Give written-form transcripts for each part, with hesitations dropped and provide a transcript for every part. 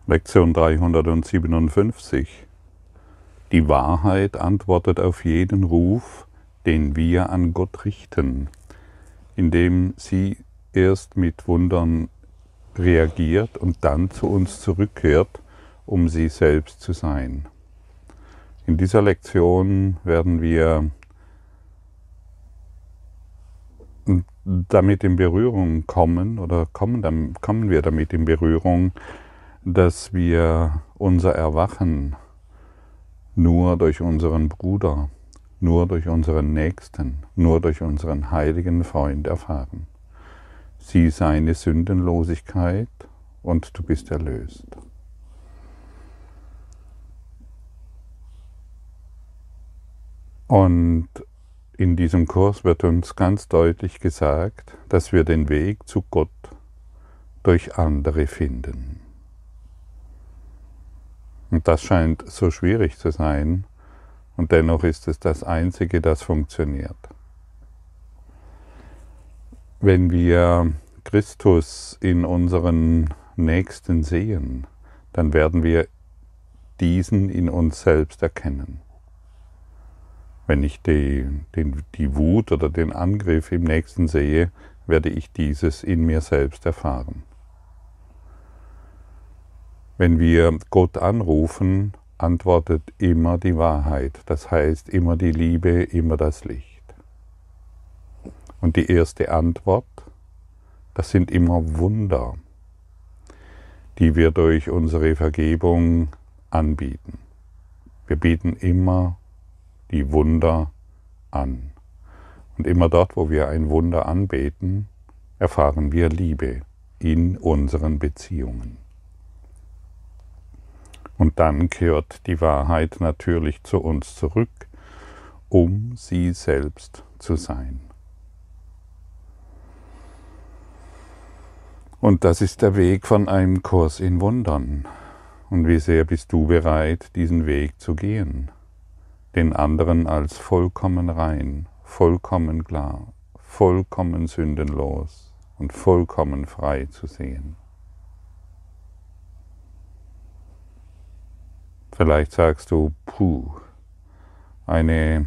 Lektion 357. Die Wahrheit antwortet auf jeden Ruf, den wir an Gott richten, indem sie erst mit Wundern reagiert und dann zu uns zurückkehrt, um sie selbst zu sein. In dieser Lektion werden wir damit in Berührung kommen, oder kommen wir damit in Berührung, dass wir unser Erwachen nur durch unseren Bruder, nur durch unseren Nächsten, nur durch unseren heiligen Freund erfahren. Sieh seine Sündenlosigkeit und du bist erlöst. Und in diesem Kurs wird uns ganz deutlich gesagt, dass wir den Weg zu Gott durch andere finden. Und das scheint so schwierig zu sein, und dennoch ist es das Einzige, das funktioniert. Wenn wir Christus in unseren Nächsten sehen, dann werden wir diesen in uns selbst erkennen. Wenn ich die Wut oder den Angriff im Nächsten sehe, werde ich dieses in mir selbst erfahren. Wenn wir Gott anrufen, antwortet immer die Wahrheit, das heißt immer die Liebe, immer das Licht. Und die erste Antwort, das sind immer Wunder, die wir durch unsere Vergebung anbieten. Wir bieten immer die Wunder an. Und immer dort, wo wir ein Wunder anbeten, erfahren wir Liebe in unseren Beziehungen. Und dann kehrt die Wahrheit natürlich zu uns zurück, um sie selbst zu sein. Und das ist der Weg von einem Kurs in Wundern. Und wie sehr bist du bereit, diesen Weg zu gehen? Den anderen als vollkommen rein, vollkommen klar, vollkommen sündenlos und vollkommen frei zu sehen. Vielleicht sagst du, eine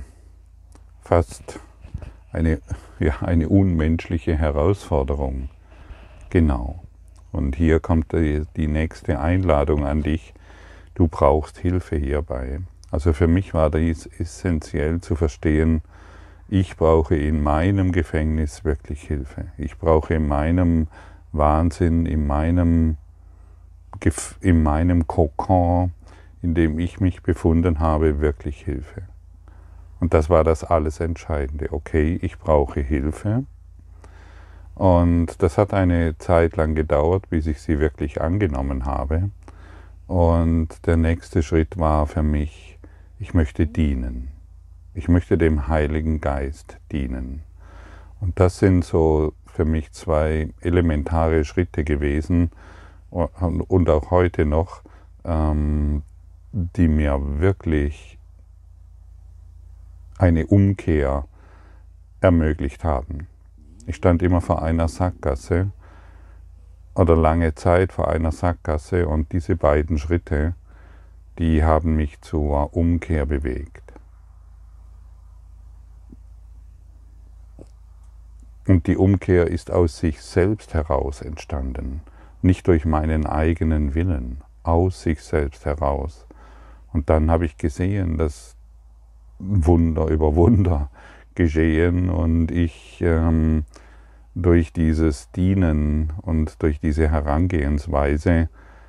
unmenschliche Herausforderung. Genau. Und hier kommt die nächste Einladung an dich. Du brauchst Hilfe hierbei. Also für mich war dies essentiell zu verstehen, ich brauche in meinem Gefängnis wirklich Hilfe. Ich brauche in meinem Wahnsinn, in meinem Kokon, in dem ich mich befunden habe, wirklich Hilfe. Und das war das alles Entscheidende. Okay, ich brauche Hilfe. Und das hat eine Zeit lang gedauert, bis ich sie wirklich angenommen habe. Und der nächste Schritt war für mich, ich möchte dienen. Ich möchte dem Heiligen Geist dienen. Und das sind so für mich zwei elementare Schritte gewesen und auch heute noch, die mir wirklich eine Umkehr ermöglicht haben. Ich stand immer vor einer Sackgasse oder lange Zeit vor einer Sackgasse, und diese beiden Schritte, die haben mich zur Umkehr bewegt. Und die Umkehr ist aus sich selbst heraus entstanden, nicht durch meinen eigenen Willen, aus sich selbst heraus. Und dann habe ich gesehen, dass Wunder über Wunder geschehen und ich durch dieses Dienen und durch diese Herangehensweise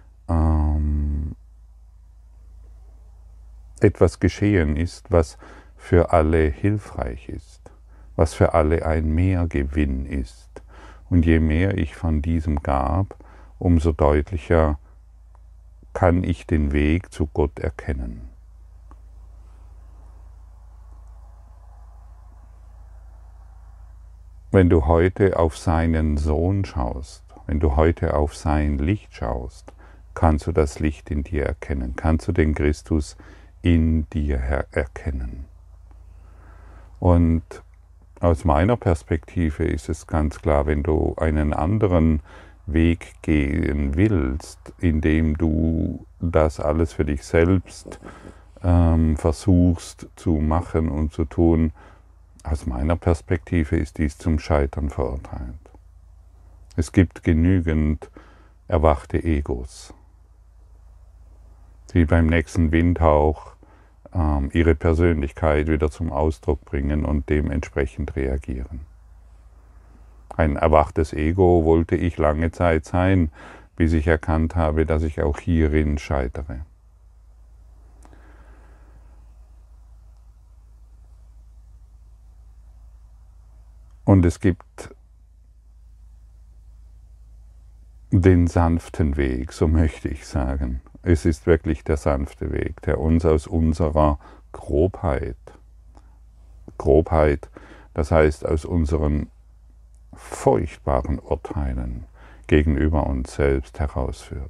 etwas geschehen ist, was für alle hilfreich ist, was für alle ein Mehrgewinn ist. Und je mehr ich von diesem gab, umso deutlicher kann ich den Weg zu Gott erkennen. Wenn du heute auf seinen Sohn schaust, wenn du heute auf sein Licht schaust, kannst du das Licht in dir erkennen, kannst du den Christus in dir erkennen. Und aus meiner Perspektive ist es ganz klar, wenn du einen anderen Weg gehen willst, indem du das alles für dich selbst versuchst zu machen und zu tun, aus meiner Perspektive ist dies zum Scheitern verurteilt. Es gibt genügend erwachte Egos, die beim nächsten Windhauch ihre Persönlichkeit wieder zum Ausdruck bringen und dementsprechend reagieren. Ein erwachtes Ego wollte ich lange Zeit sein, bis ich erkannt habe, dass ich auch hierin scheitere. Und es gibt den sanften Weg, so möchte ich sagen. Es ist wirklich der sanfte Weg, der uns aus unserer Grobheit, das heißt aus unseren furchtbaren Urteilen gegenüber uns selbst herausführt.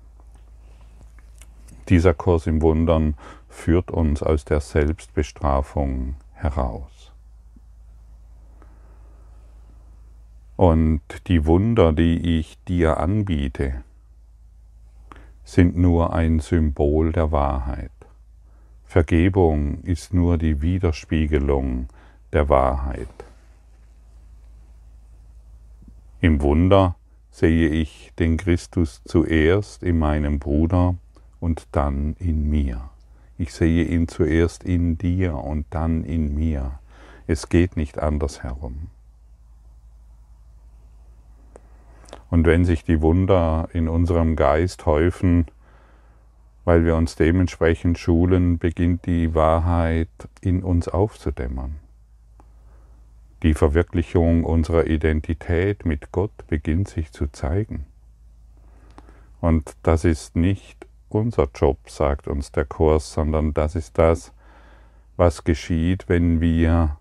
Dieser Kurs im Wundern führt uns aus der Selbstbestrafung heraus. Und die Wunder, die ich dir anbiete, sind nur ein Symbol der Wahrheit. Vergebung ist nur die Widerspiegelung der Wahrheit. Im Wunder sehe ich den Christus zuerst in meinem Bruder und dann in mir. Ich sehe ihn zuerst in dir und dann in mir. Es geht nicht anders herum. Und wenn sich die Wunder in unserem Geist häufen, weil wir uns dementsprechend schulen, beginnt die Wahrheit in uns aufzudämmern. Die Verwirklichung unserer Identität mit Gott beginnt sich zu zeigen. Und das ist nicht unser Job, sagt uns der Kurs, sondern das ist das, was geschieht, wenn wir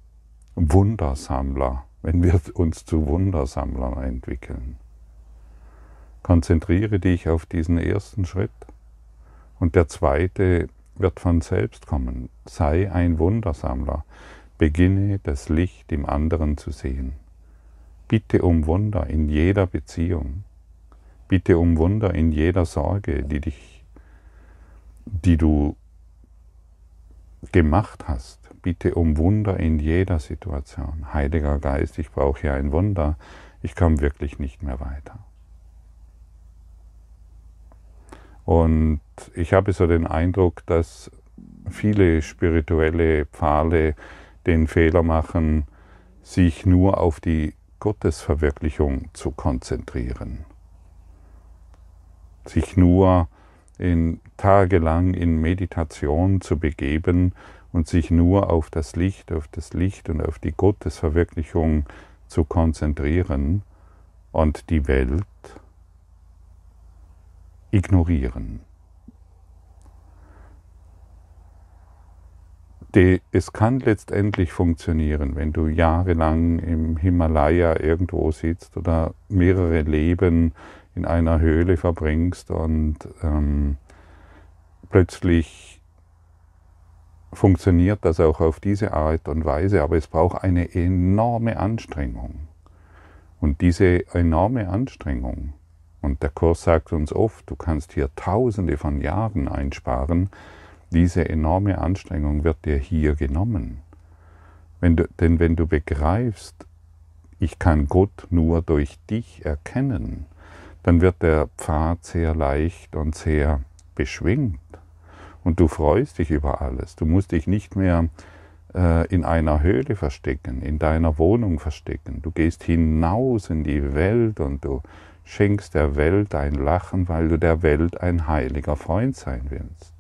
wenn wir uns zu Wundersammlern entwickeln. Konzentriere dich auf diesen ersten Schritt und der zweite wird von selbst kommen. Sei ein Wundersammler. Beginne das Licht im anderen zu sehen. Bitte um Wunder in jeder Beziehung. Bitte um Wunder in jeder Sorge, die du gemacht hast. Bitte um Wunder in jeder Situation. Heiliger Geist, ich brauche hier ein Wunder. Ich komme wirklich nicht mehr weiter. Und ich habe so den Eindruck, dass viele spirituelle Pfade den Fehler machen, sich nur auf die Gottesverwirklichung zu konzentrieren. Sich nur tagelang in Meditation zu begeben und sich nur auf das Licht und auf die Gottesverwirklichung zu konzentrieren und die Welt ignorieren. Es kann letztendlich funktionieren, wenn du jahrelang im Himalaya irgendwo sitzt oder mehrere Leben in einer Höhle verbringst und plötzlich funktioniert das auch auf diese Art und Weise, aber es braucht eine enorme Anstrengung. Und diese enorme Anstrengung, und der Kurs sagt uns oft, du kannst hier Tausende von Jahren einsparen, diese enorme Anstrengung wird dir hier genommen. Denn wenn du begreifst, ich kann Gott nur durch dich erkennen, dann wird der Pfad sehr leicht und sehr beschwingt. Und du freust dich über alles. Du musst dich nicht mehr in einer Höhle verstecken, in deiner Wohnung verstecken. Du gehst hinaus in die Welt und du schenkst der Welt ein Lachen, weil du der Welt ein heiliger Freund sein willst.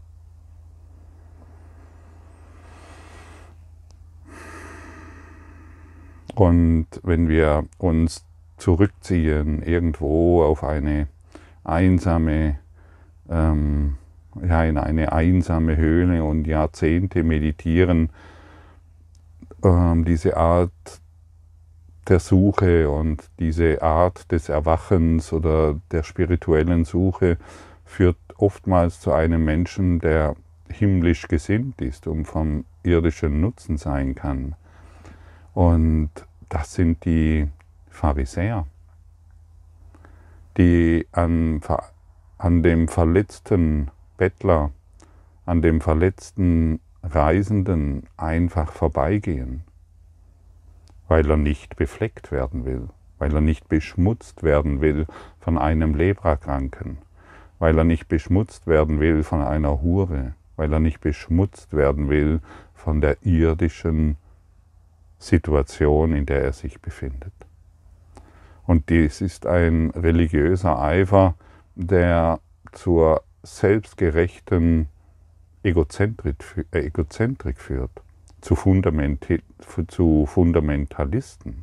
Und wenn wir uns zurückziehen irgendwo auf eine einsame in eine einsame Höhle und Jahrzehnte meditieren, diese Art der Suche und diese Art des Erwachens oder der spirituellen Suche führt oftmals zu einem Menschen, der himmlisch gesinnt ist und vom irdischen Nutzen sein kann. Und das sind die Pharisäer. die an dem verletzten Bettler, an dem verletzten Reisenden einfach vorbeigehen, weil er nicht befleckt werden will, weil er nicht beschmutzt werden will von einem Leprakranken, weil er nicht beschmutzt werden will von einer Hure, weil er nicht beschmutzt werden will von der irdischen Situation, in der er sich befindet. Und dies ist ein religiöser Eifer, der zur selbstgerechten Egozentrik führt, zu Fundamentalisten.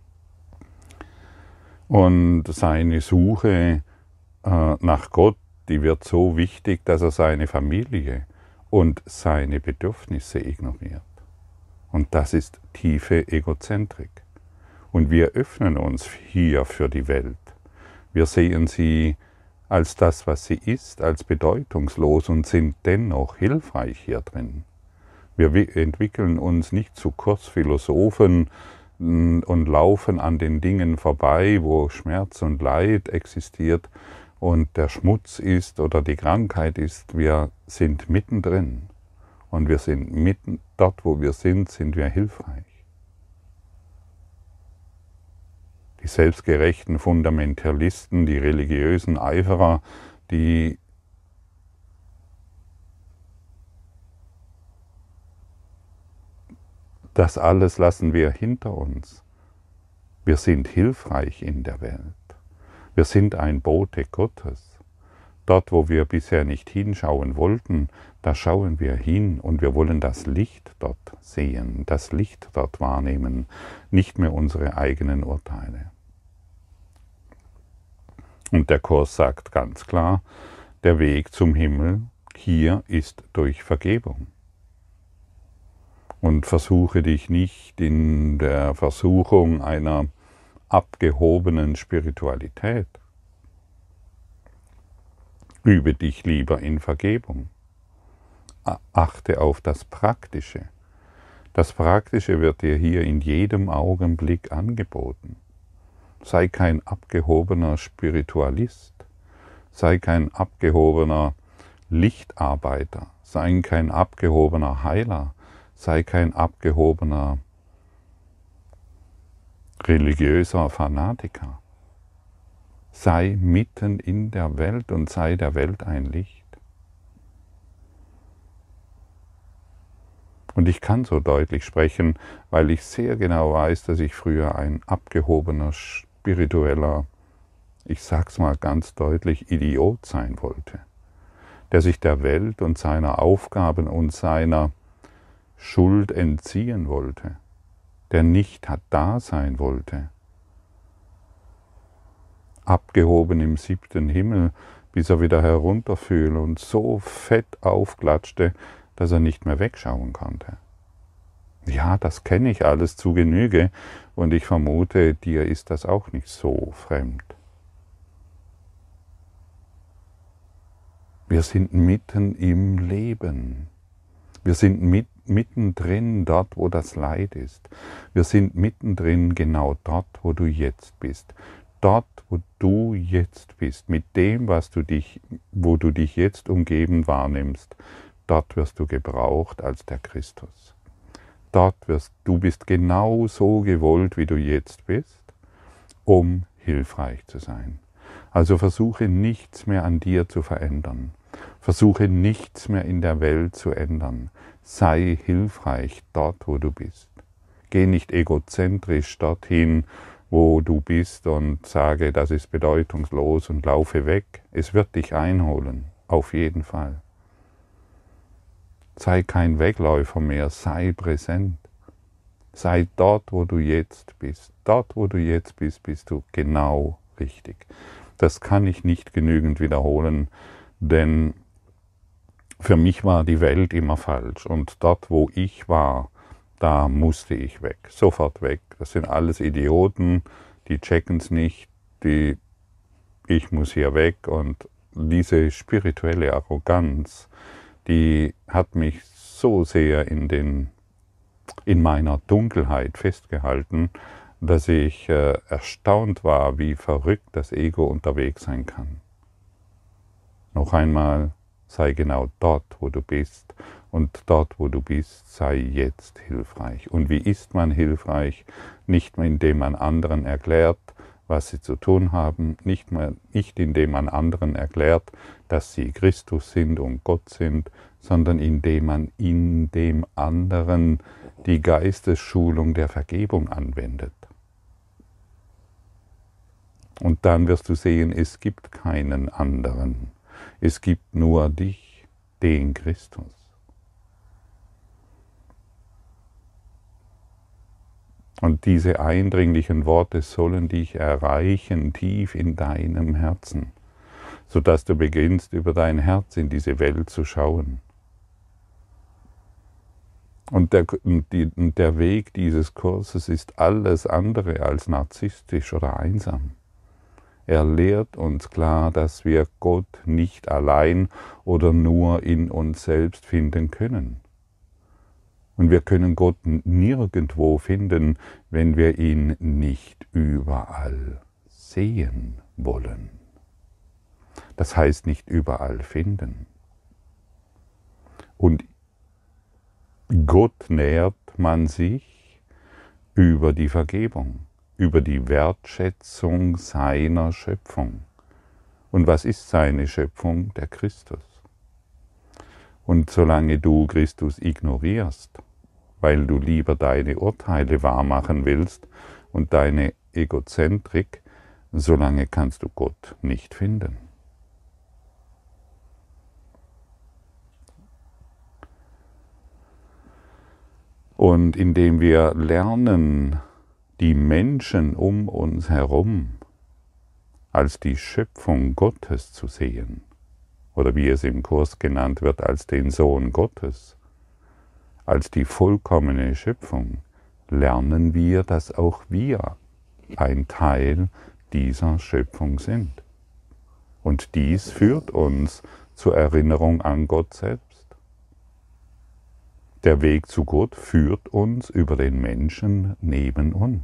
Und seine Suche nach Gott, die wird so wichtig, dass er seine Familie und seine Bedürfnisse ignoriert. Und das ist tiefe Egozentrik. Und wir öffnen uns hier für die Welt. Wir sehen sie als das, was sie ist, als bedeutungslos und sind dennoch hilfreich hier drin. Wir entwickeln uns nicht zu Kurzphilosophen und laufen an den Dingen vorbei, wo Schmerz und Leid existiert und der Schmutz ist oder die Krankheit ist. Wir sind mittendrin und wir sind mitten dort, wo wir sind wir hilfreich. Die selbstgerechten Fundamentalisten, die religiösen Eiferer, das alles lassen wir hinter uns. Wir sind hilfreich in der Welt. Wir sind ein Bote Gottes. Dort, wo wir bisher nicht hinschauen wollten, da schauen wir hin und wir wollen das Licht dort sehen, das Licht dort wahrnehmen, nicht mehr unsere eigenen Urteile. Und der Kurs sagt ganz klar, der Weg zum Himmel hier ist durch Vergebung. Und versuche dich nicht in der Versuchung einer abgehobenen Spiritualität. Übe dich lieber in Vergebung. Achte auf das Praktische. Das Praktische wird dir hier in jedem Augenblick angeboten. Sei kein abgehobener Spiritualist. Sei kein abgehobener Lichtarbeiter. Sei kein abgehobener Heiler. Sei kein abgehobener religiöser Fanatiker. Sei mitten in der Welt und sei der Welt ein Licht. Und ich kann so deutlich sprechen, weil ich sehr genau weiß, dass ich früher ein abgehobener, spiritueller, ich sag's mal ganz deutlich, Idiot sein wollte, der sich der Welt und seiner Aufgaben und seiner Schuld entziehen wollte, der nicht da sein wollte, abgehoben im 7. Himmel, bis er wieder herunterfiel und so fett aufklatschte, dass er nicht mehr wegschauen konnte. Ja, das kenne ich alles zu Genüge und ich vermute, dir ist das auch nicht so fremd. Wir sind mitten im Leben. Wir sind mittendrin dort, wo das Leid ist. Wir sind mittendrin genau dort, wo du jetzt bist. Dort, wo du jetzt bist, mit dem, wo du dich jetzt umgeben wahrnimmst, dort wirst du gebraucht als der Christus. Du bist genau so gewollt, wie du jetzt bist, um hilfreich zu sein. Also versuche nichts mehr an dir zu verändern. Versuche nichts mehr in der Welt zu ändern. Sei hilfreich dort, wo du bist. Geh nicht egozentrisch dorthin, wo du bist und sage, das ist bedeutungslos und laufe weg. Es wird dich einholen, auf jeden Fall. Sei kein Wegläufer mehr, sei präsent. Sei dort, wo du jetzt bist. Dort, wo du jetzt bist, bist du genau richtig. Das kann ich nicht genügend wiederholen, denn für mich war die Welt immer falsch. Und dort, wo ich war, da musste ich weg, sofort weg. Das sind alles Idioten, die checken es nicht, ich muss hier weg. Und diese spirituelle Arroganz, die hat mich so sehr in meiner Dunkelheit festgehalten, dass ich erstaunt war, wie verrückt das Ego unterwegs sein kann. Noch einmal, sei genau dort, wo du bist, und dort, wo du bist, sei jetzt hilfreich. Und wie ist man hilfreich? Nicht indem man anderen erklärt, was sie zu tun haben, nicht indem man anderen erklärt, dass sie Christus sind und Gott sind, sondern indem man in dem anderen die Geistesschulung der Vergebung anwendet. Und dann wirst du sehen, es gibt keinen anderen. Es gibt nur dich, den Christus. Und diese eindringlichen Worte sollen dich erreichen tief in deinem Herzen, sodass du beginnst, über dein Herz in diese Welt zu schauen. Und der Weg dieses Kurses ist alles andere als narzisstisch oder einsam. Er lehrt uns klar, dass wir Gott nicht allein oder nur in uns selbst finden können. Und wir können Gott nirgendwo finden, wenn wir ihn nicht überall sehen wollen. Das heißt nicht überall finden. Und Gott nähert man sich über die Vergebung, über die Wertschätzung seiner Schöpfung. Und was ist seine Schöpfung? Der Christus. Und solange du Christus ignorierst, weil du lieber deine Urteile wahrmachen willst und deine Egozentrik, solange kannst du Gott nicht finden. Und indem wir lernen, die Menschen um uns herum als die Schöpfung Gottes zu sehen, oder wie es im Kurs genannt wird, als den Sohn Gottes, als die vollkommene Schöpfung, lernen wir, dass auch wir ein Teil dieser Schöpfung sind. Und dies führt uns zur Erinnerung an Gott selbst. Der Weg zu Gott führt uns über den Menschen neben uns.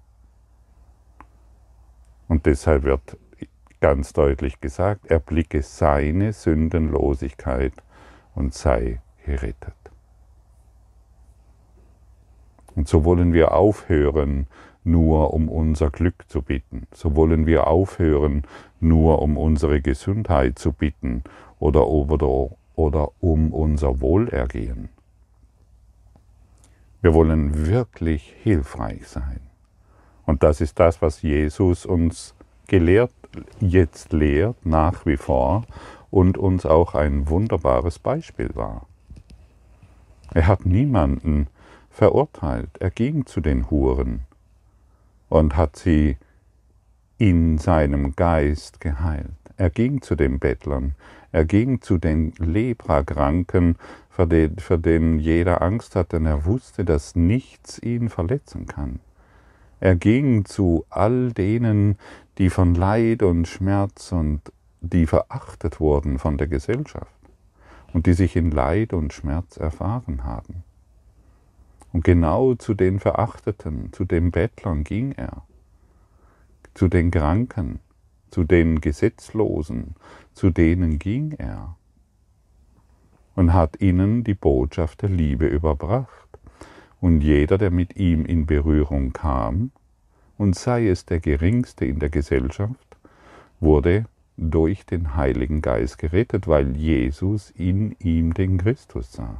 Und deshalb wird ganz deutlich gesagt, erblicke seine Sündenlosigkeit und sei gerettet. Und so wollen wir aufhören, nur um unser Glück zu bitten. So wollen wir aufhören, nur um unsere Gesundheit zu bitten oder um unser Wohlergehen. Wir wollen wirklich hilfreich sein. Und das ist das, was Jesus uns jetzt lehrt, nach wie vor, und uns auch ein wunderbares Beispiel war. Er hat niemanden verurteilt. Er ging zu den Huren und hat sie in seinem Geist geheilt. Er ging zu den Bettlern, er ging zu den Leprakranken, für den jeder Angst hat, denn er wusste, dass nichts ihn verletzen kann. Er ging zu all denen, die von Leid und Schmerz und die verachtet wurden von der Gesellschaft und die sich in Leid und Schmerz erfahren haben. Und genau zu den Verachteten, zu den Bettlern ging er, zu den Kranken, zu den Gesetzlosen, zu denen ging er und hat ihnen die Botschaft der Liebe überbracht. Und jeder, der mit ihm in Berührung kam, und sei es der Geringste in der Gesellschaft, wurde durch den Heiligen Geist gerettet, weil Jesus in ihm den Christus sah.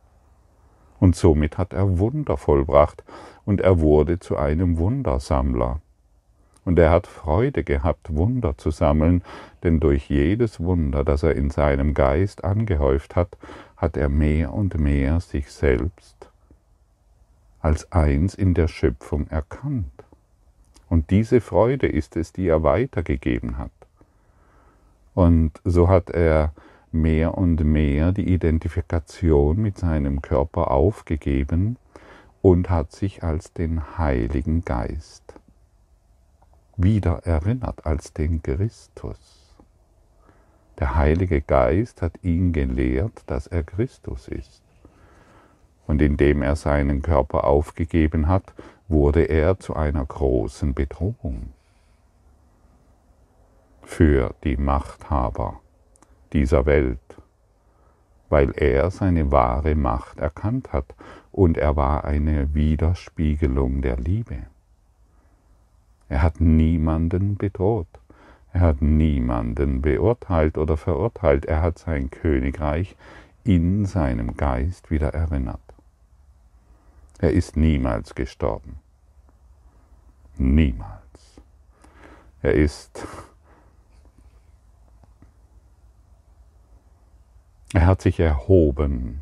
Und somit hat er Wunder vollbracht und er wurde zu einem Wundersammler. Und er hat Freude gehabt, Wunder zu sammeln, denn durch jedes Wunder, das er in seinem Geist angehäuft hat, hat er mehr und mehr sich selbst als eins in der Schöpfung erkannt. Und diese Freude ist es, die er weitergegeben hat. Und so hat er mehr und mehr die Identifikation mit seinem Körper aufgegeben und hat sich als den Heiligen Geist wieder erinnert, als den Christus. Der Heilige Geist hat ihn gelehrt, dass er Christus ist. Und indem er seinen Körper aufgegeben hat, wurde er zu einer großen Bedrohung für die Machthaber dieser Welt, weil er seine wahre Macht erkannt hat und er war eine Widerspiegelung der Liebe. Er hat niemanden bedroht, er hat niemanden beurteilt oder verurteilt, er hat sein Königreich in seinem Geist wieder erinnert. Er ist niemals gestorben. Niemals. Er hat sich erhoben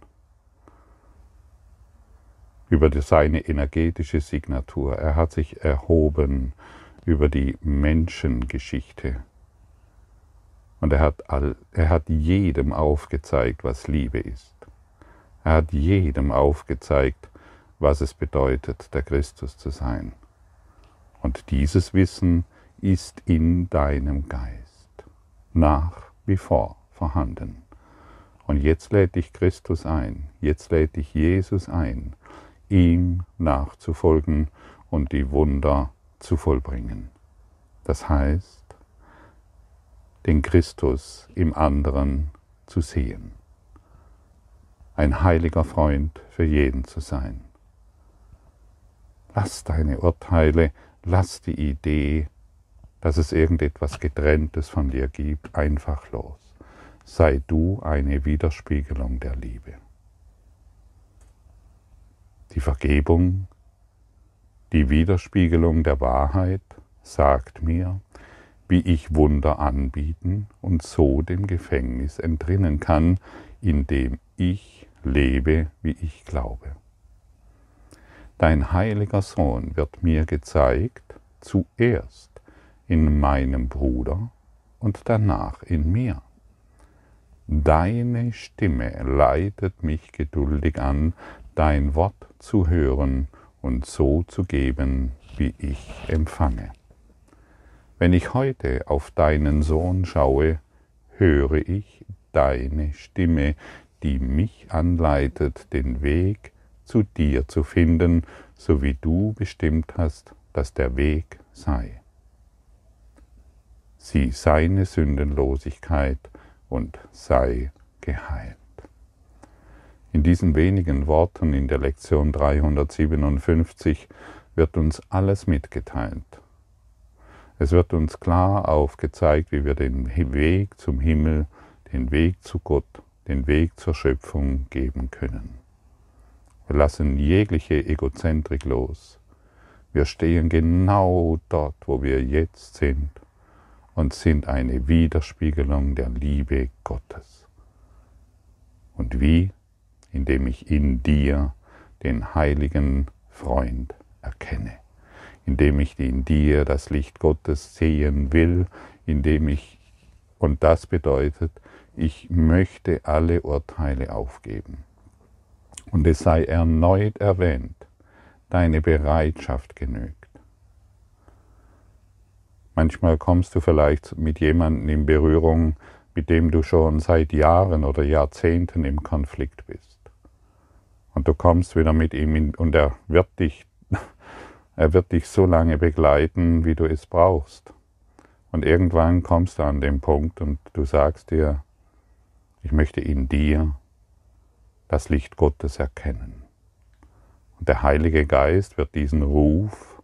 über seine energetische Signatur. Er hat sich erhoben über die Menschengeschichte. Und er hat jedem aufgezeigt, was Liebe ist. Er hat jedem aufgezeigt, was es bedeutet, der Christus zu sein. Und dieses Wissen ist in deinem Geist nach wie vor vorhanden. Und jetzt lädt dich Christus ein, jetzt lädt dich Jesus ein, ihm nachzufolgen und die Wunder zu vollbringen. Das heißt, den Christus im anderen zu sehen. Ein heiliger Freund für jeden zu sein. Lass deine Urteile, lass die Idee, dass es irgendetwas Getrenntes von dir gibt, einfach los. Sei du eine Widerspiegelung der Liebe. Die Vergebung, die Widerspiegelung der Wahrheit sagt mir, wie ich Wunder anbieten und so dem Gefängnis entrinnen kann, in dem ich lebe, wie ich glaube. Dein heiliger Sohn wird mir gezeigt, zuerst in meinem Bruder und danach in mir. Deine Stimme leitet mich geduldig an, dein Wort zu hören und so zu geben, wie ich empfange. Wenn ich heute auf deinen Sohn schaue, höre ich deine Stimme, die mich anleitet, den Weg zu dir zu finden, so wie du bestimmt hast, dass der Weg sei. Sieh seine Sündenlosigkeit und sei geheilt. In diesen wenigen Worten in der Lektion 357 wird uns alles mitgeteilt. Es wird uns klar aufgezeigt, wie wir den Weg zum Himmel, den Weg zu Gott, den Weg zur Schöpfung geben können. Wir lassen jegliche Egozentrik los. Wir stehen genau dort, wo wir jetzt sind und sind eine Widerspiegelung der Liebe Gottes. Und wie? Indem ich in dir den heiligen Freund erkenne. Indem ich in dir das Licht Gottes sehen will, und das bedeutet, ich möchte alle Urteile aufgeben. Und es sei erneut erwähnt, deine Bereitschaft genügt. Manchmal kommst du vielleicht mit jemandem in Berührung, mit dem du schon seit Jahren oder Jahrzehnten im Konflikt bist. Und du kommst wieder mit ihm und er wird dich so lange begleiten, wie du es brauchst. Und irgendwann kommst du an den Punkt und du sagst dir, ich möchte in dir das Licht Gottes erkennen. Und der Heilige Geist wird diesen Ruf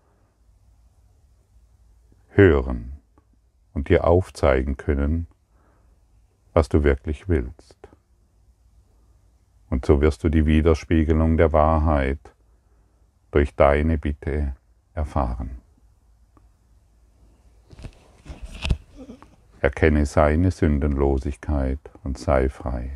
hören und dir aufzeigen können, was du wirklich willst. Und so wirst du die Widerspiegelung der Wahrheit durch deine Bitte erfahren. Erkenne seine Sündenlosigkeit und sei frei.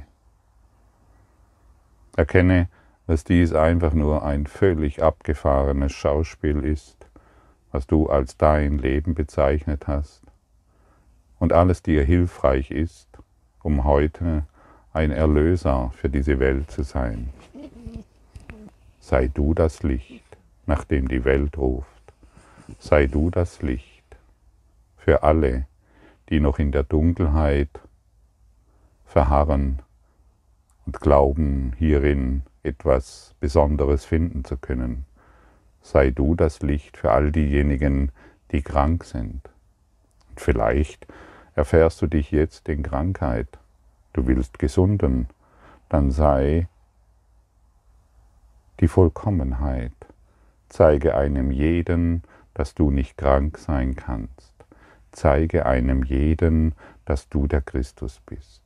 Erkenne, dass dies einfach nur ein völlig abgefahrenes Schauspiel ist, was du als dein Leben bezeichnet hast und alles dir hilfreich ist, um heute ein Erlöser für diese Welt zu sein. Sei du das Licht, nach dem die Welt ruft. Sei du das Licht für alle, die noch in der Dunkelheit verharren und glauben, hierin etwas Besonderes finden zu können. Sei du das Licht für all diejenigen, die krank sind. Und vielleicht erfährst du dich jetzt in Krankheit. Du willst gesunden, dann sei die Vollkommenheit. Zeige einem jeden, dass du nicht krank sein kannst. Zeige einem jeden, dass du der Christus bist.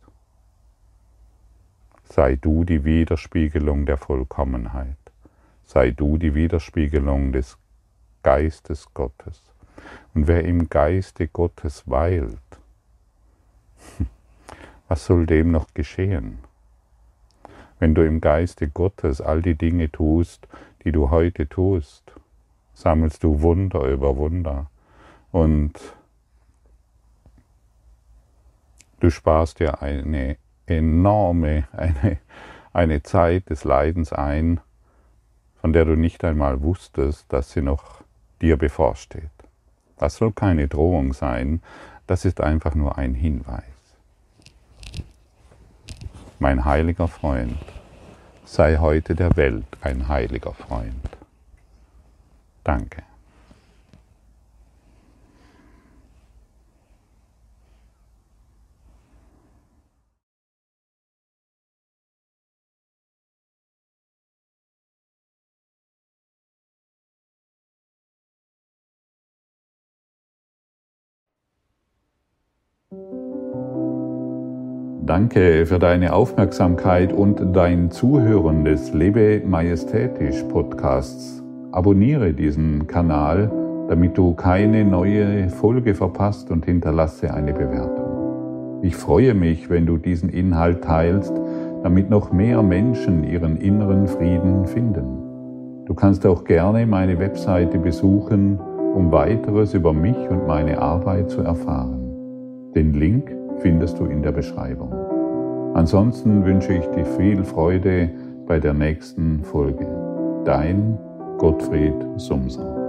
Sei du die Widerspiegelung der Vollkommenheit. Sei du die Widerspiegelung des Geistes Gottes. Und wer im Geiste Gottes weilt, was soll dem noch geschehen? Wenn du im Geiste Gottes all die Dinge tust, die du heute tust, sammelst du Wunder über Wunder und du sparst dir eine enorme, eine Zeit des Leidens ein, von der du nicht einmal wusstest, dass sie noch dir bevorsteht. Das soll keine Drohung sein, das ist einfach nur ein Hinweis. Mein heiliger Freund, sei heute der Welt ein heiliger Freund. Danke. Danke für deine Aufmerksamkeit und dein Zuhören des Lebe Majestätisch Podcasts. Abonniere diesen Kanal, damit du keine neue Folge verpasst, und hinterlasse eine Bewertung. Ich freue mich, wenn du diesen Inhalt teilst, damit noch mehr Menschen ihren inneren Frieden finden. Du kannst auch gerne meine Webseite besuchen, um weiteres über mich und meine Arbeit zu erfahren. Den Link findest du in der Beschreibung. Ansonsten wünsche ich dir viel Freude bei der nächsten Folge. Dein Gottfried Sumser.